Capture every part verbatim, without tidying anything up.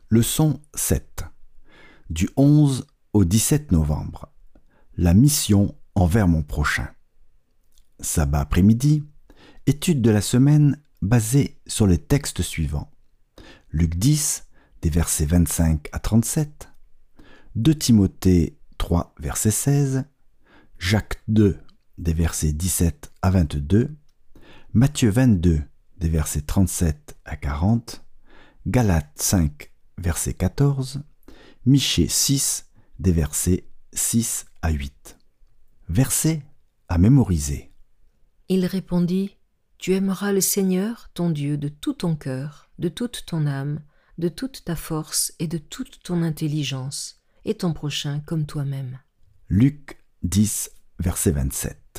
Leçon sept. Du onze au dix-sept novembre. La mission envers mon prochain. Sabbat après-midi. Étude de la semaine basée sur les textes suivants. Luc dix, des versets vingt-cinq à trente-sept. deux Timothée trois, verset seize. Jacques deux, des versets dix-sept à vingt-deux. Matthieu vingt-deux, des versets trente-sept à quarante. Galates cinq, verset quatorze. Michée six, des versets six à huit. Versets à mémoriser. Il répondit, « Tu aimeras le Seigneur, ton Dieu, de tout ton cœur, de toute ton âme, de toute ta force et de toute ton intelligence, et ton prochain comme toi-même. » Luc dix, verset vingt-sept.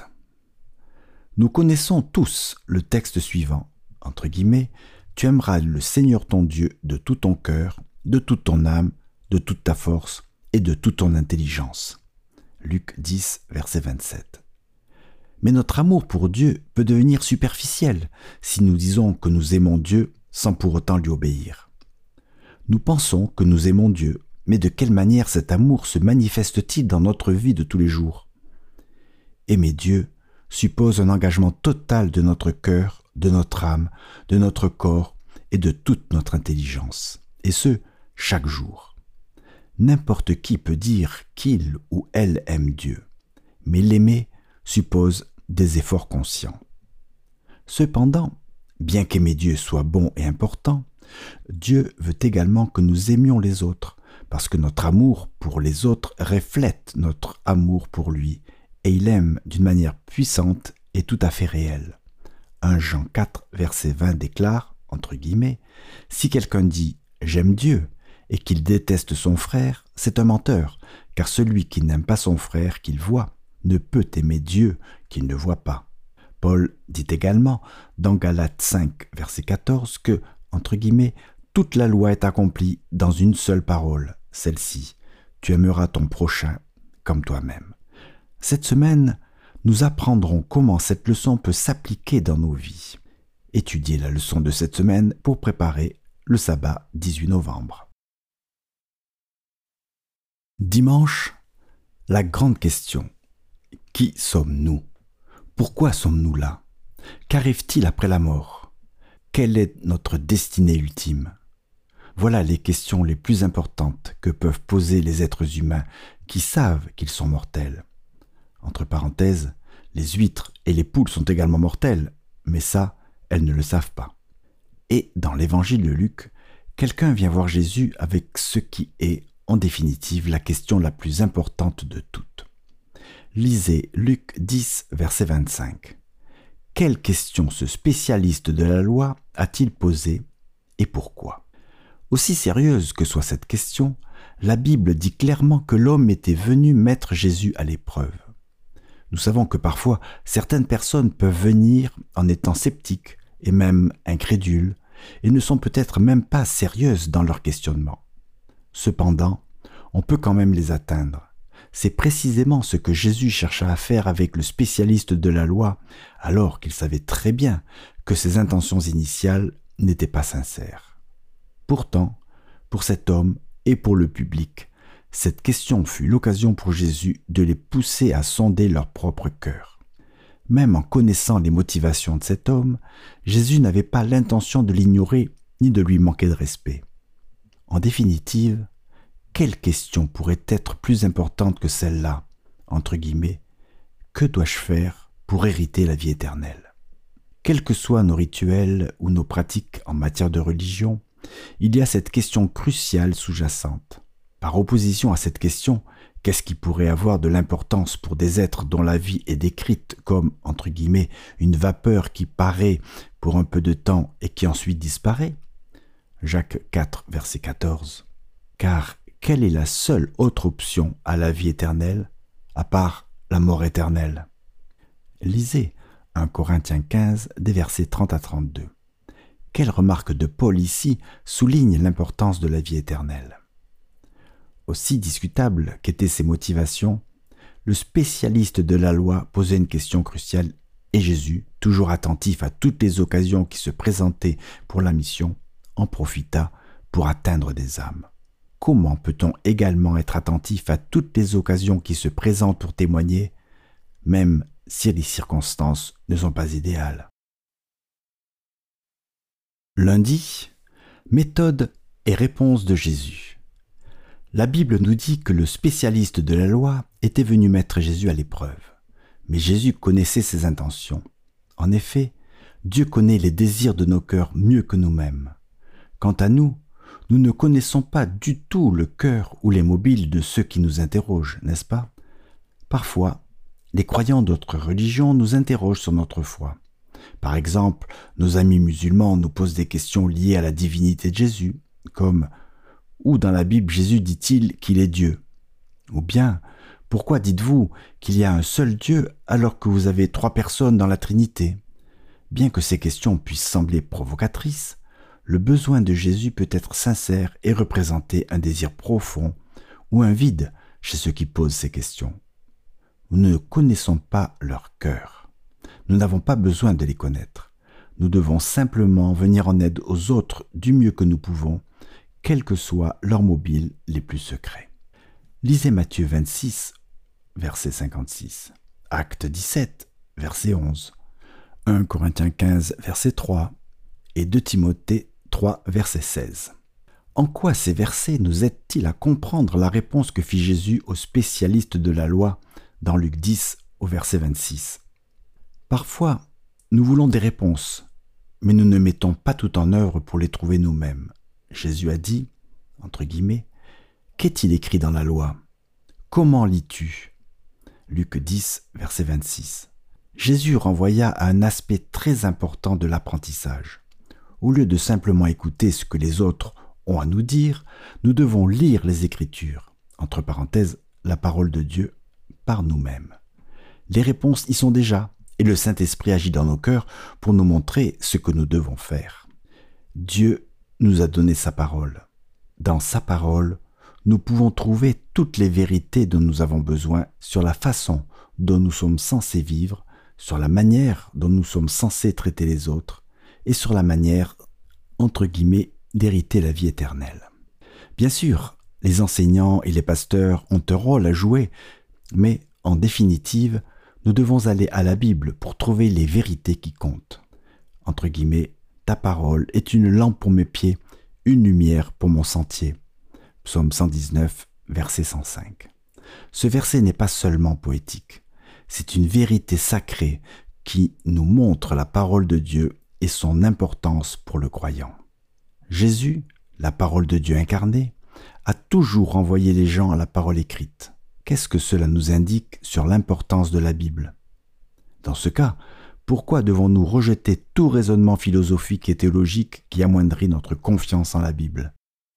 Nous connaissons tous le texte suivant, entre guillemets, « Tu aimeras le Seigneur ton Dieu de tout ton cœur, de toute ton âme, de toute ta force et de toute ton intelligence. » Luc dix, verset vingt-sept. Mais notre amour pour Dieu peut devenir superficiel si nous disons que nous aimons Dieu sans pour autant lui obéir. Nous pensons que nous aimons Dieu, mais de quelle manière cet amour se manifeste-t-il dans notre vie de tous les jours ? Aimer Dieu suppose un engagement total de notre cœur, de notre âme, de notre corps et de toute notre intelligence, et ce, chaque jour. N'importe qui peut dire qu'il ou elle aime Dieu, mais l'aimer suppose des efforts conscients. Cependant, bien qu'aimer Dieu soit bon et important, Dieu veut également que nous aimions les autres, parce que notre amour pour les autres reflète notre amour pour lui, et il aime d'une manière puissante et tout à fait réelle. premier Jean quatre, verset vingt déclare, entre guillemets, « Si quelqu'un dit « j'aime Dieu » et qu'il déteste son frère, c'est un menteur, car celui qui n'aime pas son frère qu'il voit ne peut aimer Dieu qu'il ne voit pas. » Paul dit également dans Galates cinq, verset quatorze que, entre guillemets, « toute la loi est accomplie dans une seule parole, celle-ci, tu aimeras ton prochain comme toi-même. » Cette semaine, nous apprendrons comment cette leçon peut s'appliquer dans nos vies. Étudiez la leçon de cette semaine pour préparer le sabbat dix-huit novembre. Dimanche, la grande question. Qui sommes-nous ? Pourquoi sommes-nous là ? Qu'arrive-t-il après la mort ? Quelle est notre destinée ultime ? Voilà les questions les plus importantes que peuvent poser les êtres humains qui savent qu'ils sont mortels. Entre parenthèses, les huîtres et les poules sont également mortelles, mais ça, elles ne le savent pas. Et dans l'évangile de Luc, quelqu'un vient voir Jésus avec ce qui est, en définitive, la question la plus importante de toutes. Lisez Luc dix, verset vingt-cinq. Quelle question ce spécialiste de la loi a-t-il posée et pourquoi ? Aussi sérieuse que soit cette question, la Bible dit clairement que l'homme était venu mettre Jésus à l'épreuve. Nous savons que parfois, certaines personnes peuvent venir en étant sceptiques et même incrédules et ne sont peut-être même pas sérieuses dans leur questionnement. Cependant, on peut quand même les atteindre. C'est précisément ce que Jésus chercha à faire avec le spécialiste de la loi, alors qu'il savait très bien que ses intentions initiales n'étaient pas sincères. Pourtant, pour cet homme et pour le public, cette question fut l'occasion pour Jésus de les pousser à sonder leur propre cœur. Même en connaissant les motivations de cet homme, Jésus n'avait pas l'intention de l'ignorer ni de lui manquer de respect. En définitive, quelle question pourrait être plus importante que celle-là, entre guillemets, que dois-je faire pour hériter la vie éternelle ? Quels que soient nos rituels ou nos pratiques en matière de religion, il y a cette question cruciale sous-jacente. Par opposition à cette question, qu'est-ce qui pourrait avoir de l'importance pour des êtres dont la vie est décrite comme, entre guillemets, une vapeur qui paraît pour un peu de temps et qui ensuite disparaît ? Jacques quatre, verset quatorze. Car quelle est la seule autre option à la vie éternelle, à part la mort éternelle ? Lisez premier Corinthiens quinze, des versets trente à trente-deux. Quelle remarque de Paul ici souligne l'importance de la vie éternelle. Aussi discutable qu'étaient ses motivations, le spécialiste de la loi posait une question cruciale et Jésus, toujours attentif à toutes les occasions qui se présentaient pour la mission, en profita pour atteindre des âmes. Comment peut-on également être attentif à toutes les occasions qui se présentent pour témoigner, même si les circonstances ne sont pas idéales? Lundi, méthode et réponse de Jésus. La Bible nous dit que le spécialiste de la loi était venu mettre Jésus à l'épreuve. Mais Jésus connaissait ses intentions. En effet, Dieu connaît les désirs de nos cœurs mieux que nous-mêmes. Quant à nous, nous ne connaissons pas du tout le cœur ou les mobiles de ceux qui nous interrogent, n'est-ce pas? Parfois, les croyants d'autres religions nous interrogent sur notre foi. Par exemple, nos amis musulmans nous posent des questions liées à la divinité de Jésus, comme « Où dans la Bible Jésus dit-il qu'il est Dieu ?» Ou bien « Pourquoi dites-vous qu'il y a un seul Dieu alors que vous avez trois personnes dans la Trinité ?» Bien que ces questions puissent sembler provocatrices, le besoin de Jésus peut être sincère et représenter un désir profond ou un vide chez ceux qui posent ces questions. Nous ne connaissons pas leur cœur. Nous n'avons pas besoin de les connaître. Nous devons simplement venir en aide aux autres du mieux que nous pouvons, quels que soient leurs mobiles les plus secrets. Lisez Matthieu vingt-six, verset cinquante-six, Acte dix-sept, verset onze, un Corinthiens quinze, verset trois et deux Timothée trois, verset seize. En quoi ces versets nous aident-ils à comprendre la réponse que fit Jésus aux spécialistes de la loi dans Luc dix au verset vingt-six? Parfois, nous voulons des réponses, mais nous ne mettons pas tout en œuvre pour les trouver nous-mêmes. Jésus a dit, entre guillemets, « Qu'est-il écrit dans la loi? Comment lis-tu » Luc dix, verset vingt-six. Jésus renvoya à un aspect très important de l'apprentissage. Au lieu de simplement écouter ce que les autres ont à nous dire, nous devons lire les Écritures, entre parenthèses, la parole de Dieu, par nous-mêmes. Les réponses y sont déjà, et le Saint-Esprit agit dans nos cœurs pour nous montrer ce que nous devons faire. Dieu nous a donné sa parole. Dans sa parole, nous pouvons trouver toutes les vérités dont nous avons besoin sur la façon dont nous sommes censés vivre, sur la manière dont nous sommes censés traiter les autres, et sur la manière, entre guillemets, d'hériter la vie éternelle. Bien sûr, les enseignants et les pasteurs ont un rôle à jouer, mais en définitive, nous devons aller à la Bible pour trouver les vérités qui comptent. Entre guillemets, ta parole est une lampe pour mes pieds, une lumière pour mon sentier. Psaume cent dix-neuf, verset cent cinq. Ce verset n'est pas seulement poétique, c'est une vérité sacrée qui nous montre la parole de Dieu et son importance pour le croyant. Jésus, la parole de Dieu incarnée, a toujours renvoyé les gens à la parole écrite. Qu'est-ce que cela nous indique sur l'importance de la Bible? Dans ce cas, pourquoi devons-nous rejeter tout raisonnement philosophique et théologique qui amoindrit notre confiance en la Bible?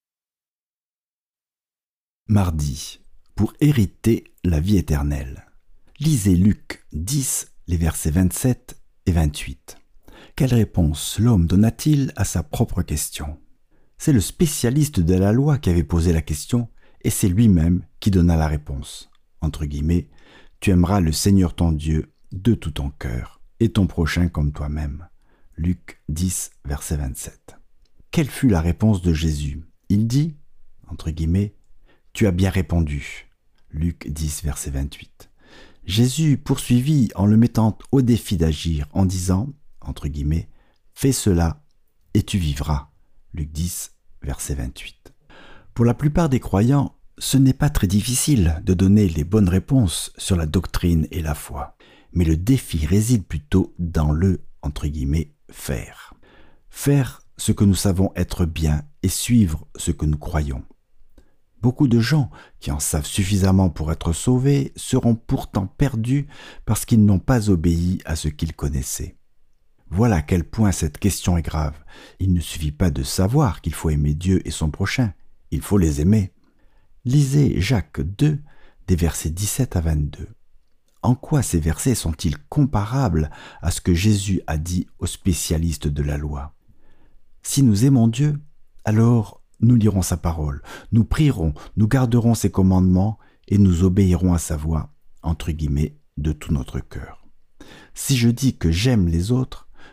Mardi, pour hériter la vie éternelle. Lisez Luc dix, les versets vingt-sept et vingt-huit. Quelle réponse l'homme donna-t-il à sa propre question? C'est le spécialiste de la loi qui avait posé la question, et c'est lui-même qui donna la réponse. Entre guillemets, tu aimeras le Seigneur ton Dieu de tout ton cœur, et ton prochain comme toi-même. Luc dix, verset vingt-sept. Quelle fut la réponse de Jésus? Il dit, entre guillemets, tu as bien répondu. Luc dix, verset vingt-huit. Jésus poursuivit en le mettant au défi d'agir, en disant, entre guillemets, fais cela et tu vivras. Luc dix, verset vingt-huit. Pour la plupart des croyants, ce n'est pas très difficile de donner les bonnes réponses sur la doctrine et la foi. Mais le défi réside plutôt dans le, entre guillemets, faire. Faire ce que nous savons être bien et suivre ce que nous croyons. Beaucoup de gens qui en savent suffisamment pour être sauvés seront pourtant perdus parce qu'ils n'ont pas obéi à ce qu'ils connaissaient. Voilà à quel point cette question est grave. Il ne suffit pas de savoir qu'il faut aimer Dieu et son prochain, il faut les aimer. Lisez Jacques deux, des versets dix-sept à vingt-deux. En quoi ces versets sont-ils comparables à ce que Jésus a dit aux spécialistes de la loi? Si nous aimons Dieu, alors nous lirons sa parole, nous prierons, nous garderons ses commandements et nous obéirons à sa voix, entre guillemets, de tout notre cœur. Si je dis que j'aime les autres,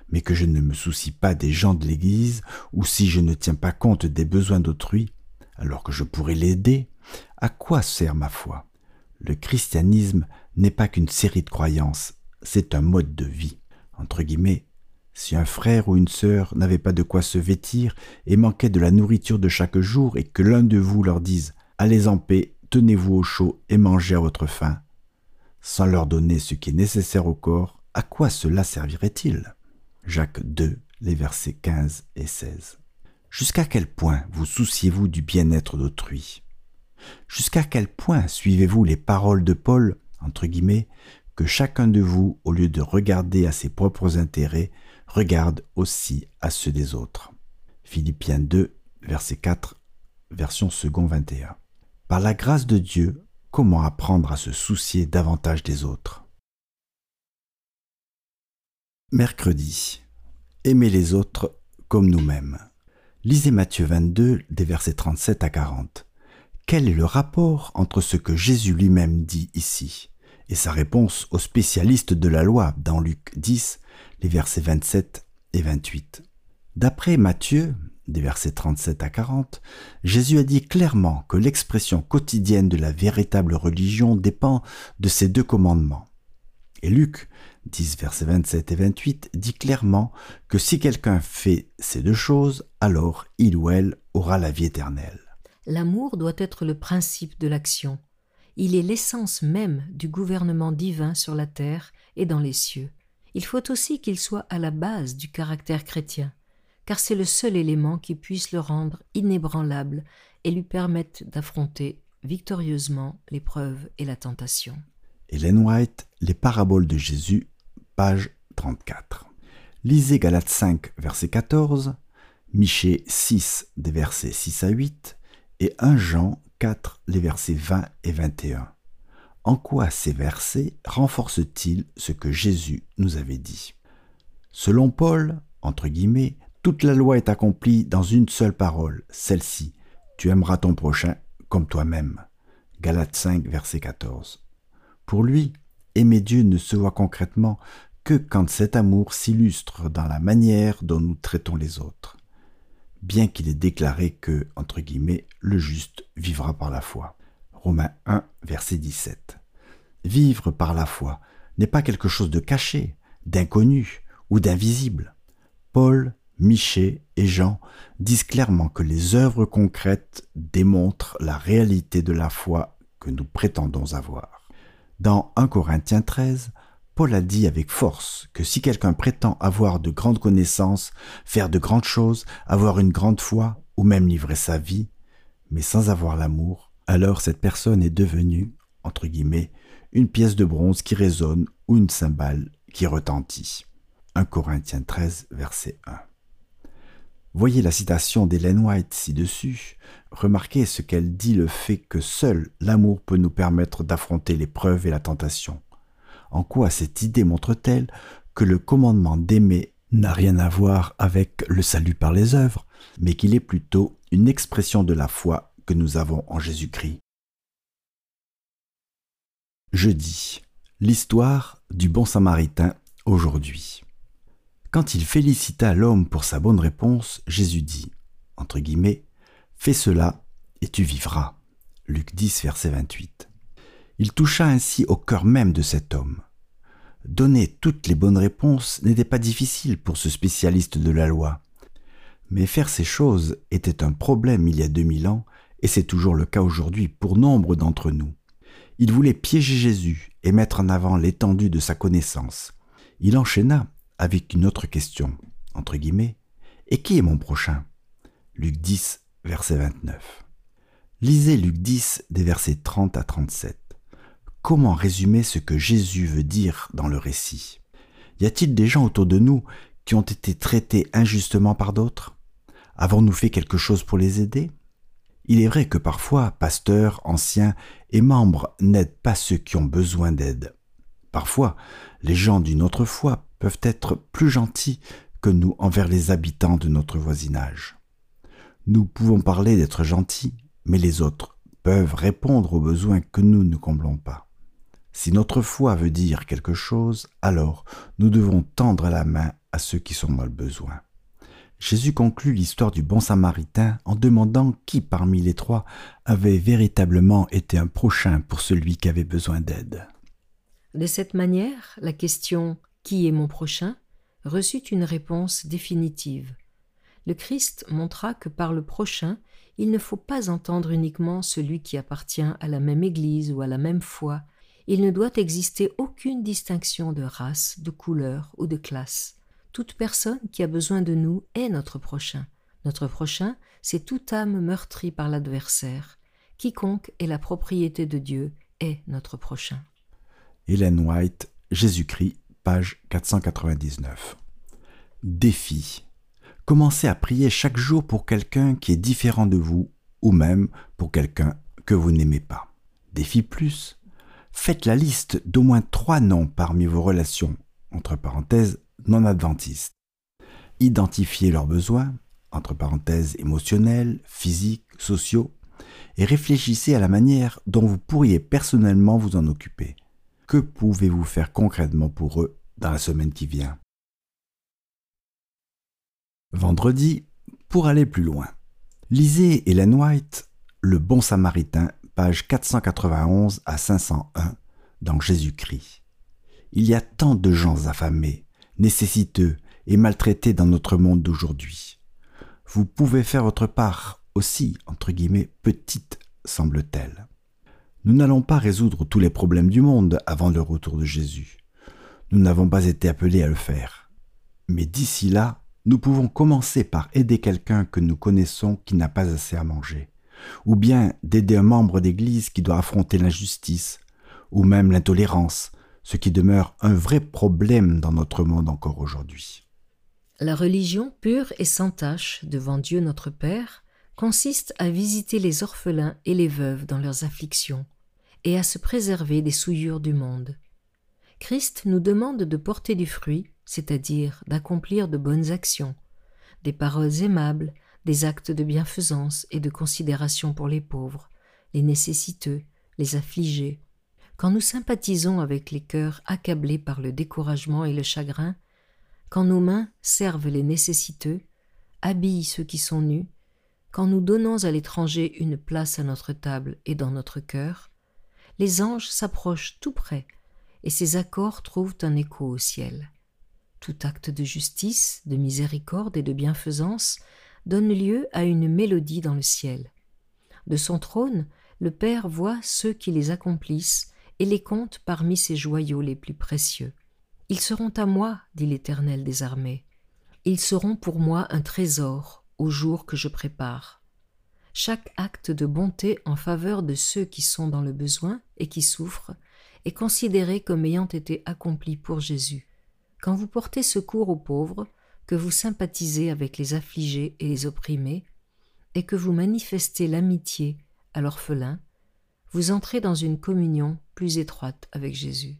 mais que je ne me soucie pas des gens de l'Église, ou si je ne tiens pas compte des besoins d'autrui, alors que je pourrais l'aider, à quoi sert ma foi? Le christianisme n'est pas qu'une série de croyances, c'est un mode de vie. Entre guillemets, si un frère ou une sœur n'avait pas de quoi se vêtir et manquait de la nourriture de chaque jour et que l'un de vous leur dise « Allez en paix, tenez-vous au chaud et mangez à votre faim », sans leur donner ce qui est nécessaire au corps, à quoi cela servirait-il? Jacques deux, les versets quinze et seize. Jusqu'à quel point vous souciez-vous du bien-être d'autrui? Jusqu'à quel point suivez-vous les paroles de Paul, entre guillemets, que chacun de vous, au lieu de regarder à ses propres intérêts, regarde aussi à ceux des autres. Philippiens deux, verset quatre, version second vingt et un. Par la grâce de Dieu, comment apprendre à se soucier davantage des autres? Mercredi. Aimer les autres comme nous-mêmes. Lisez Matthieu vingt-deux, des versets trente-sept à quarante. Quel est le rapport entre ce que Jésus lui-même dit ici et sa réponse aux spécialistes de la loi dans Luc dix, les versets vingt-sept et vingt-huit? D'après Matthieu, des versets trente-sept à quarante, Jésus a dit clairement que l'expression quotidienne de la véritable religion dépend de ces deux commandements. Et Luc dix, versets vingt-sept et vingt-huit, dit clairement que si quelqu'un fait ces deux choses, alors il ou elle aura la vie éternelle. L'amour doit être le principe de l'action. Il est l'essence même du gouvernement divin sur la terre et dans les cieux. Il faut aussi qu'il soit à la base du caractère chrétien, car c'est le seul élément qui puisse le rendre inébranlable et lui permette d'affronter victorieusement l'épreuve et la tentation. Ellen White, Les paraboles de Jésus, page trente-quatre. Lisez Galates cinq, verset quatorze, Michée six, des versets six à huit, et premier Jean quatre, les versets vingt et vingt et un. En quoi ces versets renforcent-ils ce que Jésus nous avait dit? Selon Paul, entre guillemets, toute la loi est accomplie dans une seule parole, celle-ci, tu aimeras ton prochain comme toi-même. Galates cinq, verset quatorze. Pour lui, aimer Dieu ne se voit concrètement que quand cet amour s'illustre dans la manière dont nous traitons les autres, bien qu'il ait déclaré que, entre guillemets, le juste vivra par la foi. Romains un, verset dix-sept. Vivre par la foi n'est pas quelque chose de caché, d'inconnu ou d'invisible. Paul, Michée et Jean disent clairement que les œuvres concrètes démontrent la réalité de la foi que nous prétendons avoir. Dans premier Corinthiens treize, Paul a dit avec force que si quelqu'un prétend avoir de grandes connaissances, faire de grandes choses, avoir une grande foi, ou même livrer sa vie, mais sans avoir l'amour, alors cette personne est devenue, entre guillemets, une pièce de bronze qui résonne ou une cymbale qui retentit. premier Corinthiens treize, verset un. Voyez la citation d'Ellen White ci-dessus. Remarquez ce qu'elle dit, le fait que seul l'amour peut nous permettre d'affronter l'épreuve et la tentation. En quoi cette idée montre-t-elle que le commandement d'aimer n'a rien à voir avec le salut par les œuvres, mais qu'il est plutôt une expression de la foi que nous avons en Jésus-Christ? Jeudi, l'histoire du bon samaritain aujourd'hui. Quand il félicita l'homme pour sa bonne réponse, Jésus dit, entre guillemets, « Fais cela et tu vivras » Luc dix, verset vingt-huit. Il toucha ainsi au cœur même de cet homme. Donner toutes les bonnes réponses n'était pas difficile pour ce spécialiste de la loi. Mais faire ces choses était un problème il y a deux mille ans, et c'est toujours le cas aujourd'hui pour nombre d'entre nous. Il voulait piéger Jésus et mettre en avant l'étendue de sa connaissance. Il enchaîna avec une autre question, entre guillemets, « Et qui est mon prochain ?» Luc dix, verset vingt-neuf. Lisez Luc dix, des versets trente à trente-sept. Comment résumer ce que Jésus veut dire dans le récit? Y a-t-il des gens autour de nous qui ont été traités injustement par d'autres? Avons-nous fait quelque chose pour les aider? Il est vrai que parfois, pasteurs, anciens et membres n'aident pas ceux qui ont besoin d'aide. Parfois, les gens d'une autre foi peuvent être plus gentils que nous envers les habitants de notre voisinage. Nous pouvons parler d'être gentils, mais les autres peuvent répondre aux besoins que nous ne comblons pas. Si notre foi veut dire quelque chose, alors nous devons tendre la main à ceux qui sont dans le besoin. Jésus conclut l'histoire du bon samaritain en demandant qui parmi les trois avait véritablement été un prochain pour celui qui avait besoin d'aide. De cette manière, la question « Qui est mon prochain ?» reçut une réponse définitive. Le Christ montra que par le prochain, il ne faut pas entendre uniquement celui qui appartient à la même Église ou à la même foi. Il ne doit exister aucune distinction de race, de couleur ou de classe. Toute personne qui a besoin de nous est notre prochain. Notre prochain, c'est toute âme meurtrie par l'adversaire. Quiconque est la propriété de Dieu est notre prochain. Ellen White, Jésus-Christ, page quatre cent quatre-vingt-dix-neuf. Défi. Commencez à prier chaque jour pour quelqu'un qui est différent de vous ou même pour quelqu'un que vous n'aimez pas. Défi plus. Faites la liste d'au moins trois noms parmi vos relations, entre parenthèses, non adventistes. Identifiez leurs besoins, entre parenthèses émotionnels, physiques, sociaux, et réfléchissez à la manière dont vous pourriez personnellement vous en occuper. Que pouvez-vous faire concrètement pour eux dans la semaine qui vient? Vendredi, pour aller plus loin. Lisez Ellen White, Le bon samaritain, page quatre cent quatre-vingt-onze à cinq cent un, dans Jésus-Christ. Il y a tant de gens affamés, nécessiteux et maltraités dans notre monde d'aujourd'hui. Vous pouvez faire votre part, aussi, entre guillemets, petite, semble-t-elle. Nous n'allons pas résoudre tous les problèmes du monde avant le retour de Jésus. Nous n'avons pas été appelés à le faire. Mais d'ici là, nous pouvons commencer par aider quelqu'un que nous connaissons qui n'a pas assez à manger, ou bien d'aider un membre d'église qui doit affronter l'injustice, ou même l'intolérance, ce qui demeure un vrai problème dans notre monde encore aujourd'hui. La religion pure et sans tache devant Dieu notre Père consiste à visiter les orphelins et les veuves dans leurs afflictions et à se préserver des souillures du monde. Christ nous demande de porter du fruit, c'est-à-dire d'accomplir de bonnes actions, des paroles aimables, des actes de bienfaisance et de considération pour les pauvres, les nécessiteux, les affligés. Quand nous sympathisons avec les cœurs accablés par le découragement et le chagrin, quand nos mains servent les nécessiteux, habillent ceux qui sont nus, quand nous donnons à l'étranger une place à notre table et dans notre cœur, les anges s'approchent tout près et ces accords trouvent un écho au ciel. Tout acte de justice, de miséricorde et de bienfaisance donne lieu à une mélodie dans le ciel. De son trône, le Père voit ceux qui les accomplissent et les compte parmi ses joyaux les plus précieux. Ils seront à moi, dit l'Éternel des armées. Ils seront pour moi un trésor au jour que je prépare. Chaque acte de bonté en faveur de ceux qui sont dans le besoin et qui souffrent est considéré comme ayant été accompli pour Jésus. Quand vous portez secours aux pauvres, que vous sympathisez avec les affligés et les opprimés, et que vous manifestez l'amitié à l'orphelin, vous entrez dans une communion plus étroite avec Jésus.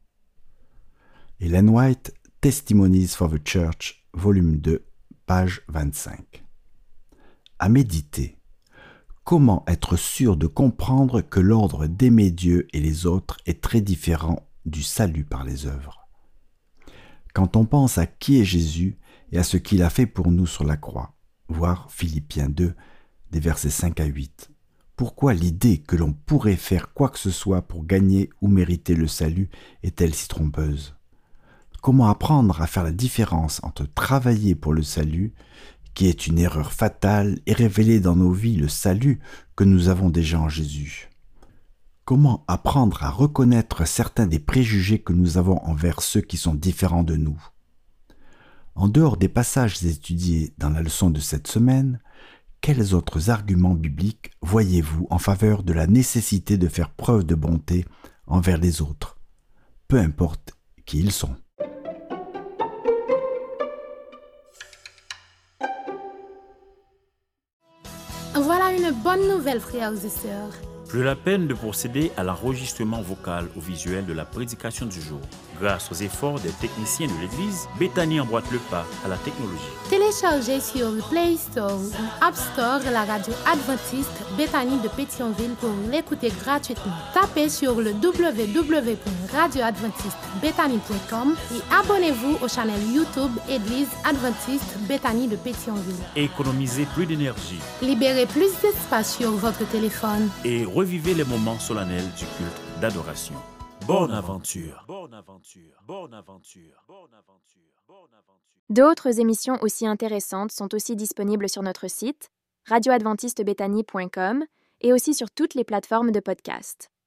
Ellen White, Testimonies for the Church, volume deux, page vingt-cinq. À méditer. Comment être sûr de comprendre que l'ordre d'aimer Dieu et les autres est très différent du salut par les œuvres? Quand on pense à qui est Jésus et à ce qu'il a fait pour nous sur la croix, voir Philippiens deux, des versets cinq à huit, pourquoi l'idée que l'on pourrait faire quoi que ce soit pour gagner ou mériter le salut est-elle si trompeuse? Comment apprendre à faire la différence entre travailler pour le salut, qui est une erreur fatale, et révéler dans nos vies le salut que nous avons déjà en Jésus? Comment apprendre à reconnaître certains des préjugés que nous avons envers ceux qui sont différents de nous? En dehors des passages étudiés dans la leçon de cette semaine, quels autres arguments bibliques voyez-vous en faveur de la nécessité de faire preuve de bonté envers les autres, peu importe qui ils sont? Voilà une bonne nouvelle, frères et sœurs. Plus la peine de procéder à l'enregistrement vocal ou visuel de la prédication du jour. Grâce aux efforts des techniciens de l'Église, Béthanie emboîte le pas à la technologie. Téléchargez sur le Play Store ou App Store la radio adventiste Béthanie de Pétionville pour l'écouter gratuitement. Tapez sur le w w w point radio adventiste béthanie point com et abonnez-vous au channel YouTube Église adventiste Béthanie de Pétionville. Économisez plus d'énergie. Libérez plus d'espace sur votre téléphone. Et revivez les moments solennels du culte d'adoration. Bonne aventure. Bonne aventure. Bonne aventure. Bonne aventure. Bonne aventure. D'autres émissions aussi intéressantes sont aussi disponibles sur notre site radio adventiste béthanie point com et aussi sur toutes les plateformes de podcast.